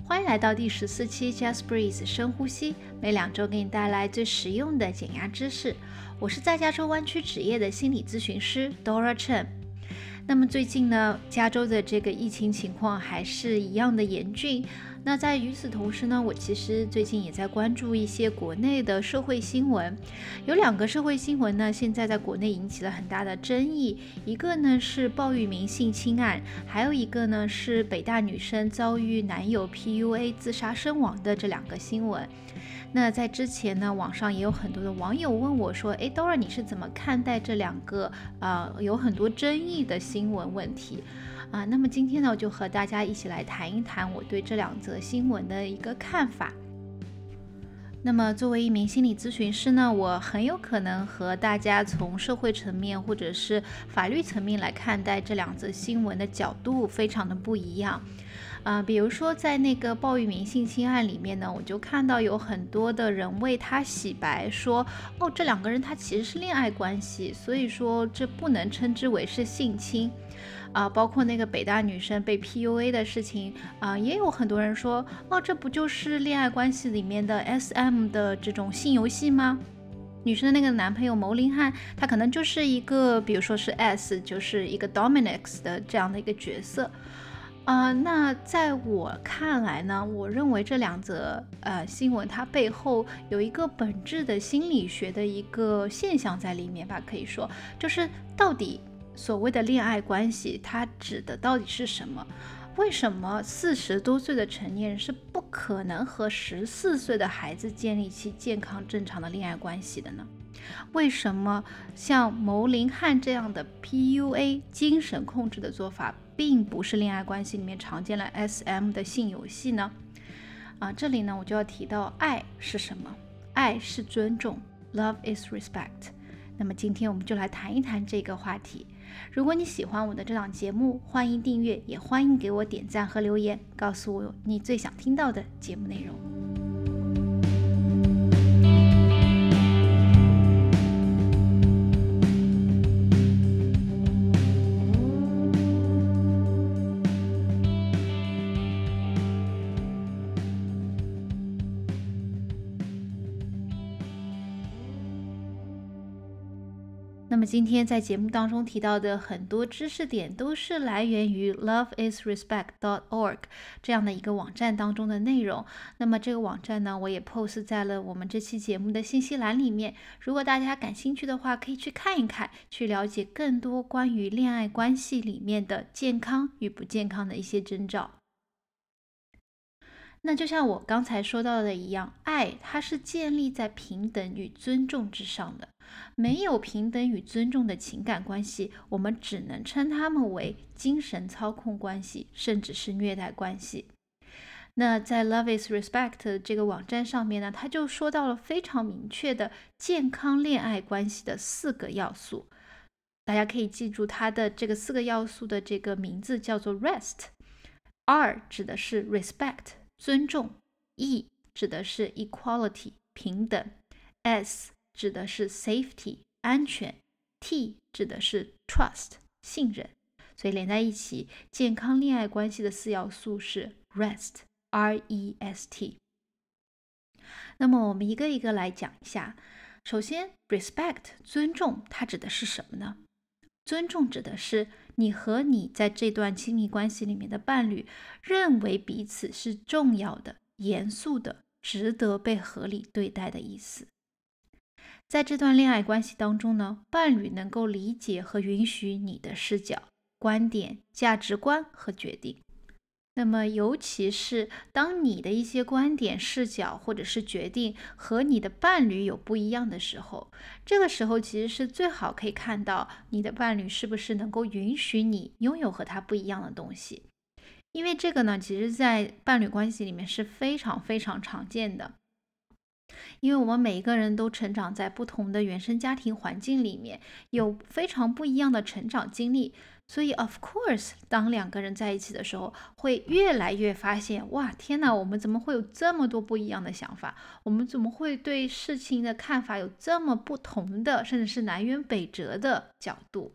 欢迎来到第14期 Just Breathe 深呼吸，每2周给你带来最实用的减压知识。我是在加州湾区执业的心理咨询师 Dora Chen。那么最近呢，加州的这个疫情情况还是一样的严峻。那在与此同时呢，我其实最近也在关注一些国内的社会新闻。有2个社会新闻呢，现在在国内引起了很大的争议。一个呢是鲍玉明性侵案，还有一个呢是北大女生遭遇男友 PUA 自杀身亡的这2个新闻。那在之前呢，网上也有很多的网友问我说Dora 你是怎么看待这2个有很多争议的新闻问题那么今天呢，我就和大家一起来谈一谈我对这2则新闻的一个看法。那么作为一名心理咨询师呢，我很有可能和大家从社会层面或者是法律层面来看待这2则新闻的角度非常的不一样。比如说在那个鲍玉明性侵案里面呢，我就看到有很多的人为他洗白，说这2个人他其实是恋爱关系，所以说这不能称之为是性侵。包括那个北大女生被 PUA 的事情也有很多人说这不就是恋爱关系里面的 SM 的这种性游戏吗？女生的那个男朋友牟林汉，他可能就是一个比如说是 S， 就是一个 Dominix 的这样的一个角色。那在我看来呢，我认为这2则新闻它背后有一个本质的心理学的一个现象在里面吧，可以说就是到底所谓的恋爱关系它指的到底是什么？为什么40多岁的成年人是不可能和14岁的孩子建立起健康正常的恋爱关系的呢？为什么像牟林汉这样的 PUA 精神控制的做法并不是恋爱关系里面常见的 SM 的性游戏呢？这里呢我就要提到爱是什么？爱是尊重 Love is respect。 那么今天我们就来谈一谈这个话题。如果你喜欢我的这档节目，欢迎订阅，也欢迎给我点赞和留言，告诉我你最想听到的节目内容。那么今天在节目当中提到的很多知识点都是来源于 loveisrespect.org 这样的一个网站当中的内容。那么这个网站呢，我也 post 在了我们这期节目的信息栏里面，如果大家感兴趣的话可以去看一看，去了解更多关于恋爱关系里面的健康与不健康的一些征兆。那就像我刚才说到的一样，爱它是建立在平等与尊重之上的。没有平等与尊重的情感关系，我们只能称它们为精神操控关系，甚至是虐待关系。那在 Love is Respect 这个网站上面呢，它就说到了非常明确的健康恋爱关系的4个要素。大家可以记住它的这个4个要素的这个名字叫做 REST。R 指的是 Respect尊重， E 指的是 Equality 平等， S 指的是 Safety 安全， T 指的是 Trust 信任。所以连在一起，健康恋爱关系的4要素是 REST R-E-S-T。 那么我们一个一个来讲一下。首先 Respect 尊重，它指的是什么呢？尊重指的是你和你在这段亲密关系里面的伴侣认为彼此是重要的、严肃的、值得被合理对待的意思。在这段恋爱关系当中呢，伴侣能够理解和允许你的视角、观点、价值观和决定。那么尤其是当你的一些观点、视角或者是决定和你的伴侣有不一样的时候，这个时候其实是最好可以看到你的伴侣是不是能够允许你拥有和他不一样的东西。因为这个呢，其实在伴侣关系里面是非常非常常见的。因为我们每一个人都成长在不同的原生家庭环境里面，有非常不一样的成长经历，所以 of course 当2个人在一起的时候，会越来越发现，哇，天哪，我们怎么会有这么多不一样的想法？我们怎么会对事情的看法有这么不同的，甚至是南辕北辙的角度？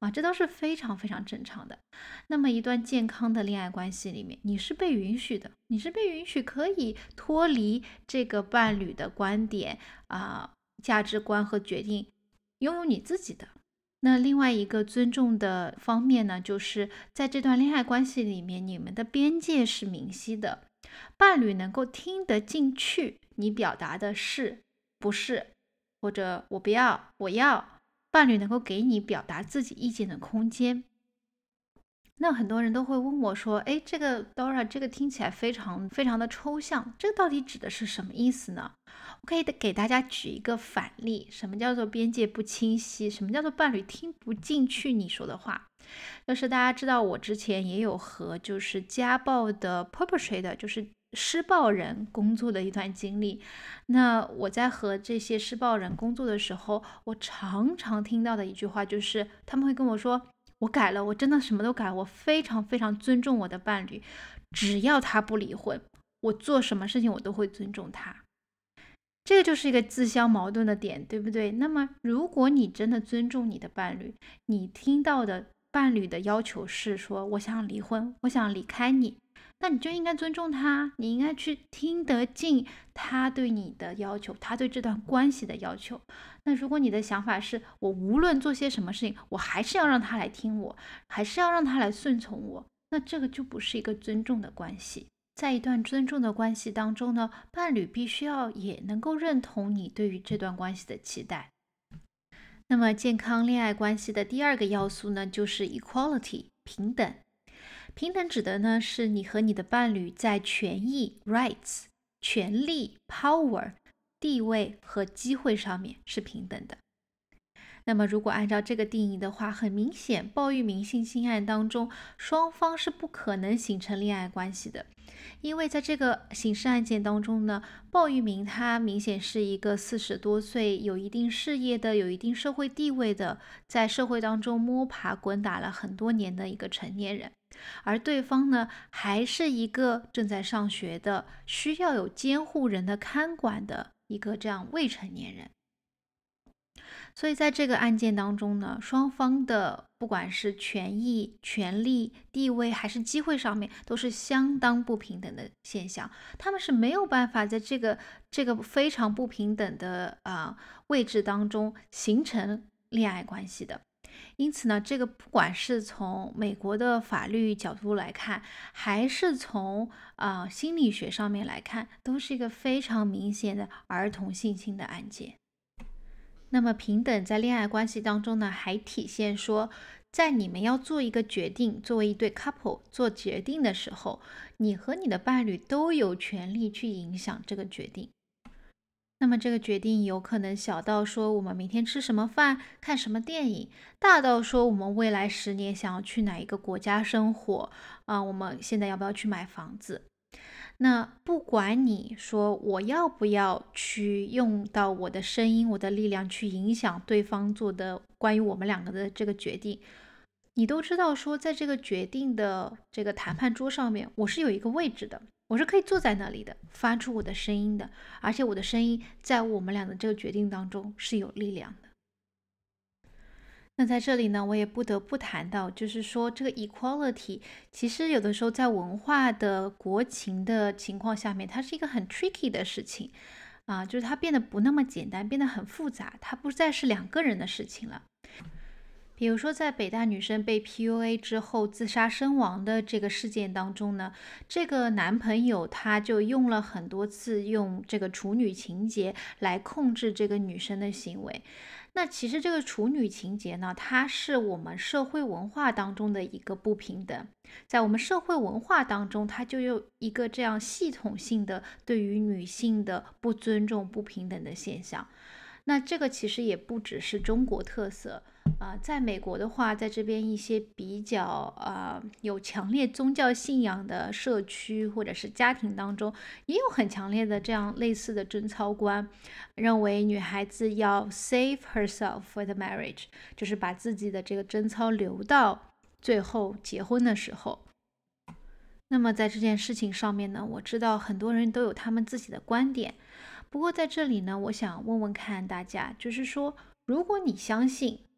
这都是非常非常正常的。那么一段健康的恋爱关系里面，你是被允许的，你是被允许可以脱离这个伴侣的观点价值观和决定，拥有你自己的。那另外一个尊重的方面呢，就是在这段恋爱关系里面，你们的边界是明晰的，伴侣能够听得进去你表达的是不是，或者我不要，我要，伴侣能够给你表达自己意见的空间。那很多人都会问我说，哎，这个 Dora 这个听起来非常非常的抽象，这个到底指的是什么意思呢？我可以给大家举一个反例，什么叫做边界不清晰？什么叫做伴侣听不进去你说的话？就是大家知道我之前也有和就是家暴的 perpetrator， 就是施暴人工作的一段经历。那我在和这些施暴人工作的时候，我常常听到的一句话就是他们会跟我说，我改了，我真的什么都改了，我非常非常尊重我的伴侣，只要他不离婚，我做什么事情我都会尊重他。这个就是一个自相矛盾的点，对不对？那么如果你真的尊重你的伴侣，你听到的伴侣的要求是说我想离婚，我想离开你，那你就应该尊重他，你应该去听得进他对你的要求，他对这段关系的要求。那如果你的想法是我无论做些什么事情，我还是要让他来听我，还是要让他来顺从我，那这个就不是一个尊重的关系。在一段尊重的关系当中呢，伴侣必须要也能够认同你对于这段关系的期待。那么健康恋爱关系的第二个要素呢，就是 equality， 平等。平等指的呢，是你和你的伴侣在权益 rights、权利 power、地位和机会上面是平等的。那么如果按照这个定义的话，很明显，鲍玉明性侵案当中，双方是不可能形成恋爱关系的。因为在这个刑事案件当中呢，鲍玉明他明显是一个40多岁、有一定事业的、有一定社会地位的，在社会当中摸爬滚打了很多年的一个成年人，而对方呢，还是一个正在上学的、需要有监护人的看管的一个这样未成年人。所以在这个案件当中呢，双方的不管是权益、权利、地位还是机会上面，都是相当不平等的现象。他们是没有办法在这个非常不平等的位置当中形成恋爱关系的。因此呢，这个不管是从美国的法律角度来看，还是从心理学上面来看，都是一个非常明显的儿童性侵的案件。那么平等在恋爱关系当中呢，还体现说，在你们要做一个决定，作为一对 couple 做决定的时候，你和你的伴侣都有权利去影响这个决定。那么这个决定有可能小到说我们明天吃什么饭，看什么电影，大到说我们未来10年想要去哪一个国家生活我们现在要不要去买房子。那不管你说我要不要去用到我的声音、我的力量去影响对方做的关于我们两个的这个决定，你都知道说在这个决定的这个谈判桌上面，我是有一个位置的，我是可以坐在那里的，发出我的声音的，而且我的声音在我们俩的这个决定当中是有力量的。那在这里呢，我也不得不谈到，就是说这个 equality 其实有的时候在文化的国情的情况下面，它是一个很 tricky 的事情就是它变得不那么简单，变得很复杂，它不再是2个人的事情了。比如说在北大女生被 PUA 之后自杀身亡的这个事件当中呢，这个男朋友他就用了很多次用这个处女情节来控制这个女生的行为。那其实这个处女情节呢，它是我们社会文化当中的一个不平等，在我们社会文化当中，它就有一个这样系统性的对于女性的不尊重、不平等的现象。那这个其实也不只是中国特色在美国的话，在这边一些比较有强烈宗教信仰的社区或者是家庭当中，也有很强烈的这样类似的贞操观，认为女孩子要 save herself for the marriage， 就是把自己的这个贞操留到最后结婚的时候。那么在这件事情上面呢，我知道很多人都有他们自己的观点。不过在这里呢，我想问问看大家，就是说，如果你相信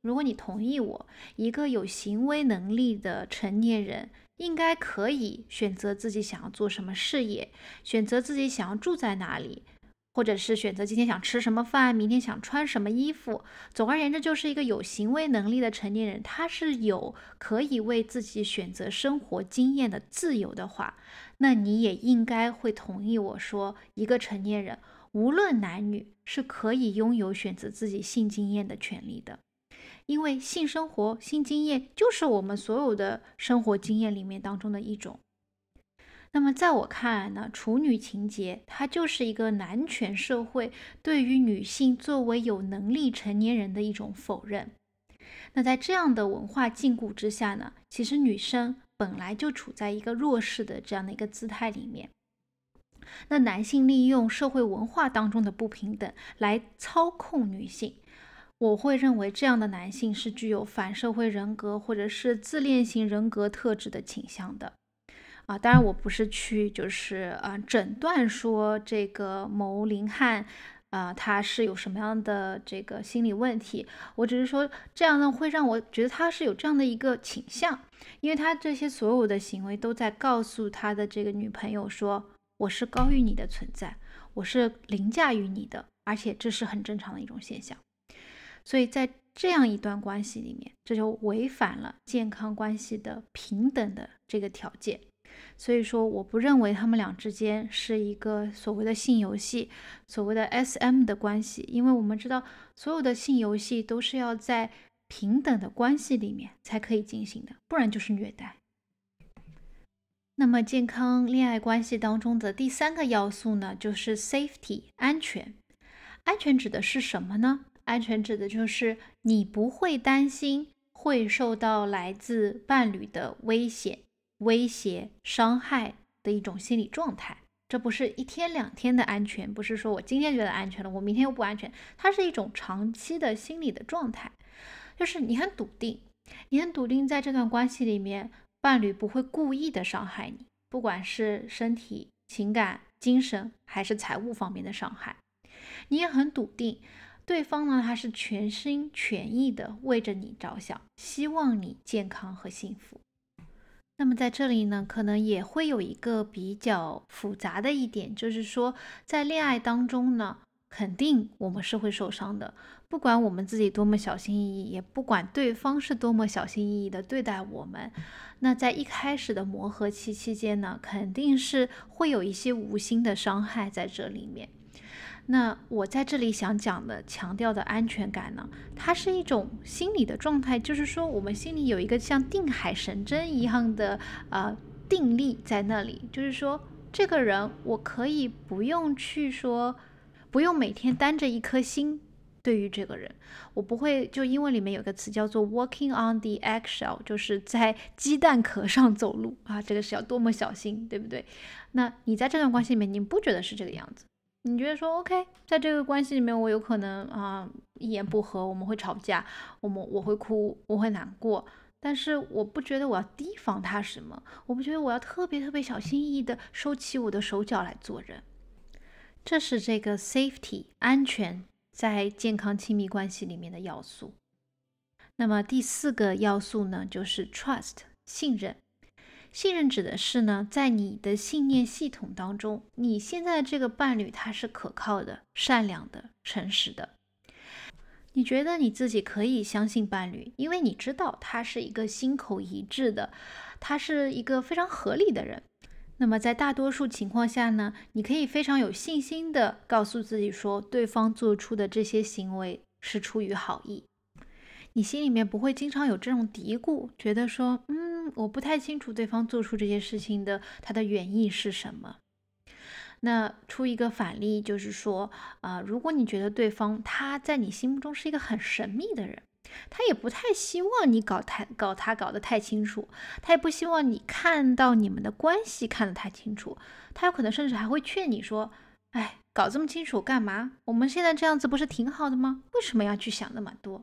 如果你同意我，一个有行为能力的成年人应该可以选择自己想要做什么事业，选择自己想要住在哪里，或者是选择今天想吃什么饭，明天想穿什么衣服。总而言之，就是一个有行为能力的成年人，他是有可以为自己选择生活经验的自由的话，那你也应该会同意我说，一个成年人无论男女是可以拥有选择自己性经验的权利的。因为性生活、性经验就是我们所有的生活经验里面当中的一种。那么在我看来呢，处女情节它就是一个男权社会对于女性作为有能力成年人的一种否认。那在这样的文化禁锢之下呢，其实女生本来就处在一个弱势的这样的一个姿态里面。那男性利用社会文化当中的不平等来操控女性，我会认为这样的男性是具有反社会人格或者是自恋型人格特质的倾向的。当然我不是去诊断说这个牟林汉他是有什么样的这个心理问题，我只是说这样呢会让我觉得他是有这样的一个倾向，因为他这些所有的行为都在告诉他的这个女朋友说，我是高于你的存在，我是凌驾于你的，而且这是很正常的一种现象。所以在这样一段关系里面，这就违反了健康关系的平等的这个条件。所以说我不认为他们俩之间是一个所谓的性游戏，所谓的 SM 的关系，因为我们知道所有的性游戏都是要在平等的关系里面才可以进行的，不然就是虐待。那么健康恋爱关系当中的第三个要素呢，就是 safety 安全。安全指的是什么呢？安全指的就是你不会担心会受到来自伴侣的危险、威胁、伤害的一种心理状态。这不是一天两天的安全，不是说我今天觉得安全了，我明天又不安全，它是一种长期的心理的状态。就是你很笃定在这段关系里面，伴侣不会故意的伤害你，不管是身体、情感、精神还是财务方面的伤害。你也很笃定对方呢，他是全心全意的为着你着想，希望你健康和幸福。那么在这里呢，可能也会有一个比较复杂的一点，就是说在恋爱当中呢，肯定我们是会受伤的，不管我们自己多么小心翼翼，也不管对方是多么小心翼翼的对待我们。那在一开始的磨合期期间呢，肯定是会有一些无心的伤害在这里面。那我在这里想讲的强调的安全感呢，它是一种心理的状态，就是说我们心里有一个像定海神针一样的定力在那里，就是说这个人我可以不用每天担着一颗心。对于这个人，我不会，就英文里面有个词叫做 walking on the eggshell， 就是在鸡蛋壳上走路这个是要多么小心，对不对？那你在这段关系里面，你不觉得是这个样子？你觉得说 OK， 在这个关系里面我有可能一言不合我们会吵架，我会哭，我会难过，但是我不觉得我要提防他什么，我不觉得我要特别特别小心翼翼的收起我的手脚来做人。这是这个 safety 安全在健康亲密关系里面的要素。那么第四个要素呢，就是 trust 信任。信任指的是呢，在你的信念系统当中，你现在的这个伴侣他是可靠的、善良的、诚实的。你觉得你自己可以相信伴侣，因为你知道他是一个心口一致的，他是一个非常合理的人。那么在大多数情况下呢，你可以非常有信心的告诉自己说，对方做出的这些行为是出于好意。你心里面不会经常有这种嘀咕，觉得说我不太清楚对方做出这些事情的他的原意是什么。那出一个反例，就是说如果你觉得对方他在你心目中是一个很神秘的人，他也不太希望你搞得太清楚，他也不希望你看到你们的关系看得太清楚，他有可能甚至还会劝你说，搞这么清楚干嘛？我们现在这样子不是挺好的吗？为什么要去想那么多？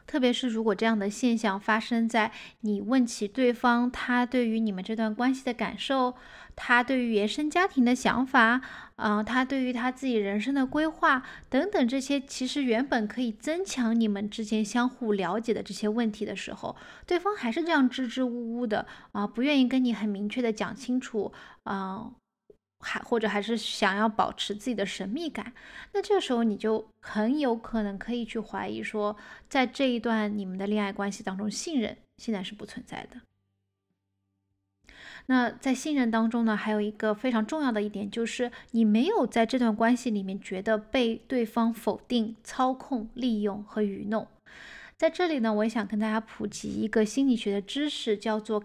特别是如果这样的现象发生在你问起对方他对于你们这段关系的感受，他对于原生家庭的想法，他对于他自己人生的规划等等这些，其实原本可以增强你们之间相互了解的这些问题的时候，对方还是这样支支吾吾的不愿意跟你很明确的讲清楚，或者还是想要保持自己的神秘感，那这个时候你就很有可能可以去怀疑说，在这一段你们的恋爱关系当中，信任现在是不存在的。那在信任当中呢，还有一个非常重要的一点，就是你没有在这段关系里面觉得被对方否定、操控、利用和愚弄。在这里呢，我也想跟大家普及一个心理学的知识，叫做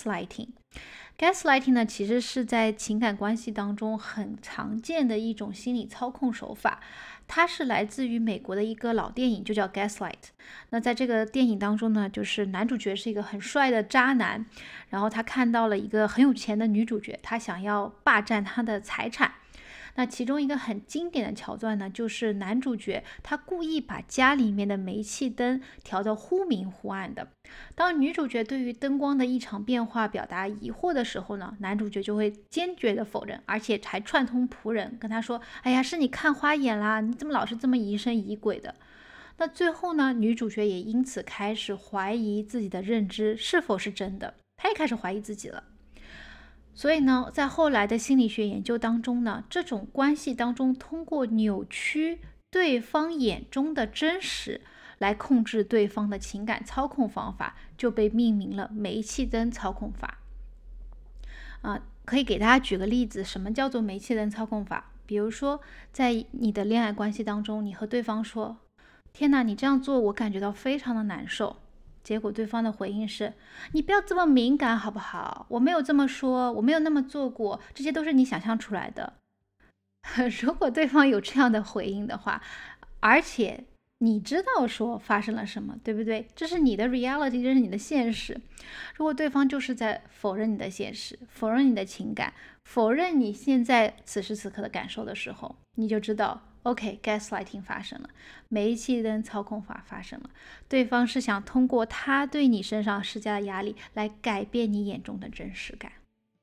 gaslighting。gaslighting 呢，其实是在情感关系当中很常见的一种心理操控手法。它是来自于美国的一个老电影，就叫 Gaslight。那在这个电影当中呢，就是男主角是一个很帅的渣男，然后他看到了一个很有钱的女主角，他想要霸占她的财产。那其中一个很经典的桥段呢，就是男主角他故意把家里面的煤气灯调得忽明忽暗的。当女主角对于灯光的异常变化表达疑惑的时候呢，男主角就会坚决的否认，而且还串通仆人跟他说：“哎呀，是你看花眼啦，你怎么老是这么疑神疑鬼的？”那最后呢，女主角也因此开始怀疑自己的认知是否是真的，她也开始怀疑自己了。所以呢，在后来的心理学研究当中呢，这种关系当中通过扭曲对方眼中的真实来控制对方的情感操控方法，就被命名了煤气灯操控法。可以给大家举个例子，什么叫做煤气灯操控法？比如说，在你的恋爱关系当中，你和对方说：“天哪，你这样做我感觉到非常的难受。”结果对方的回应是：“你不要这么敏感好不好？我没有这么说，我没有那么做过，这些都是你想象出来的。”如果对方有这样的回应的话，而且你知道说发生了什么，对不对？这是你的 reality， 这是你的现实。如果对方就是在否认你的现实，否认你的情感，否认你现在此时此刻的感受的时候，你就知道OK，gaslighting 发生了，煤气灯操控法发生了。对方是想通过他对你身上施加的压力来改变你眼中的真实感。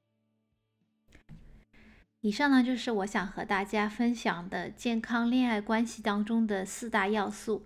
以上呢，就是我想和大家分享的健康恋爱关系当中的4大要素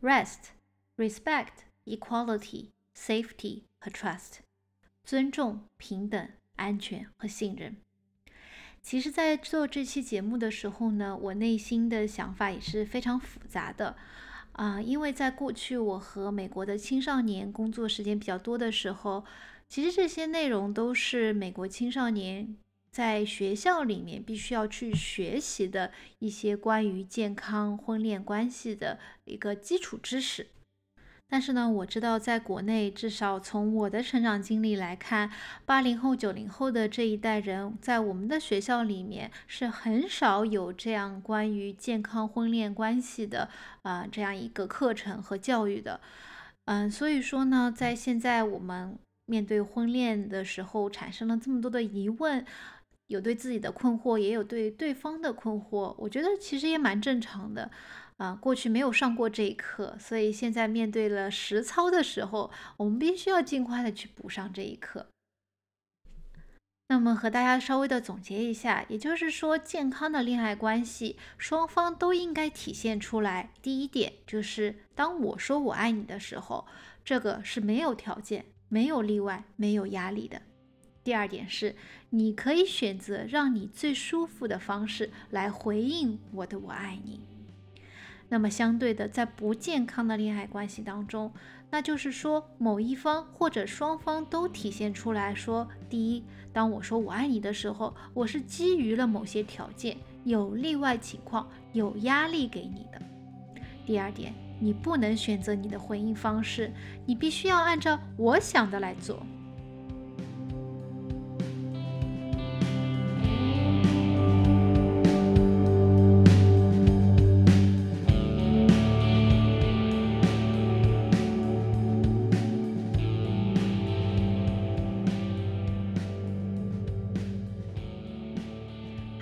：Rest、Respect、Equality、Safety 和 Trust。尊重、平等、安全和信任。其实在做这期节目的时候呢，我内心的想法也是非常复杂的因为在过去我和美国的青少年工作时间比较多的时候，其实这些内容都是美国青少年在学校里面必须要去学习的一些关于健康婚恋关系的一个基础知识。但是呢，我知道在国内，至少从我的成长经历来看，80后、90后的这一代人，在我们的学校里面是很少有这样关于健康婚恋关系的这样一个课程和教育的。所以说呢，在现在我们面对婚恋的时候，产生了这么多的疑问，有对自己的困惑，也有对对方的困惑，我觉得其实也蛮正常的。过去没有上过这一课，所以现在面对了实操的时候，我们必须要尽快的去补上这一课。那么和大家稍微的总结一下，也就是说，健康的恋爱关系，双方都应该体现出来。第一点就是，当我说我爱你的时候，这个是没有条件、没有例外、没有压力的。第二点是，你可以选择让你最舒服的方式来回应我的我爱你。那么相对的，在不健康的恋爱关系当中，那就是说某一方或者双方都体现出来说，第一，当我说我爱你的时候，我是基于了某些条件，有例外情况，有压力给你的。第二点，你不能选择你的回应方式，你必须要按照我想的来做。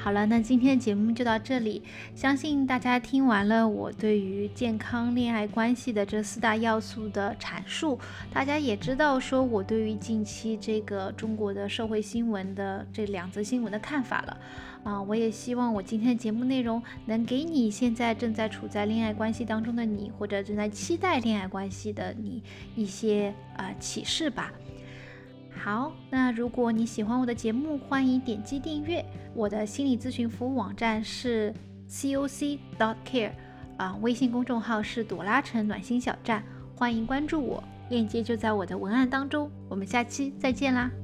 好了，那今天的节目就到这里。相信大家听完了我对于健康恋爱关系的这4大要素的阐述，大家也知道说我对于近期这个中国的社会新闻的这2则新闻的看法了。我也希望我今天的节目内容能给你现在正在处在恋爱关系当中的你，或者正在期待恋爱关系的你一些启示吧。好，那如果你喜欢我的节目，欢迎点击订阅。我的心理咨询服务网站是 coc.care，微信公众号是朵拉城暖心小站，欢迎关注我，链接就在我的文案当中。我们下期再见啦！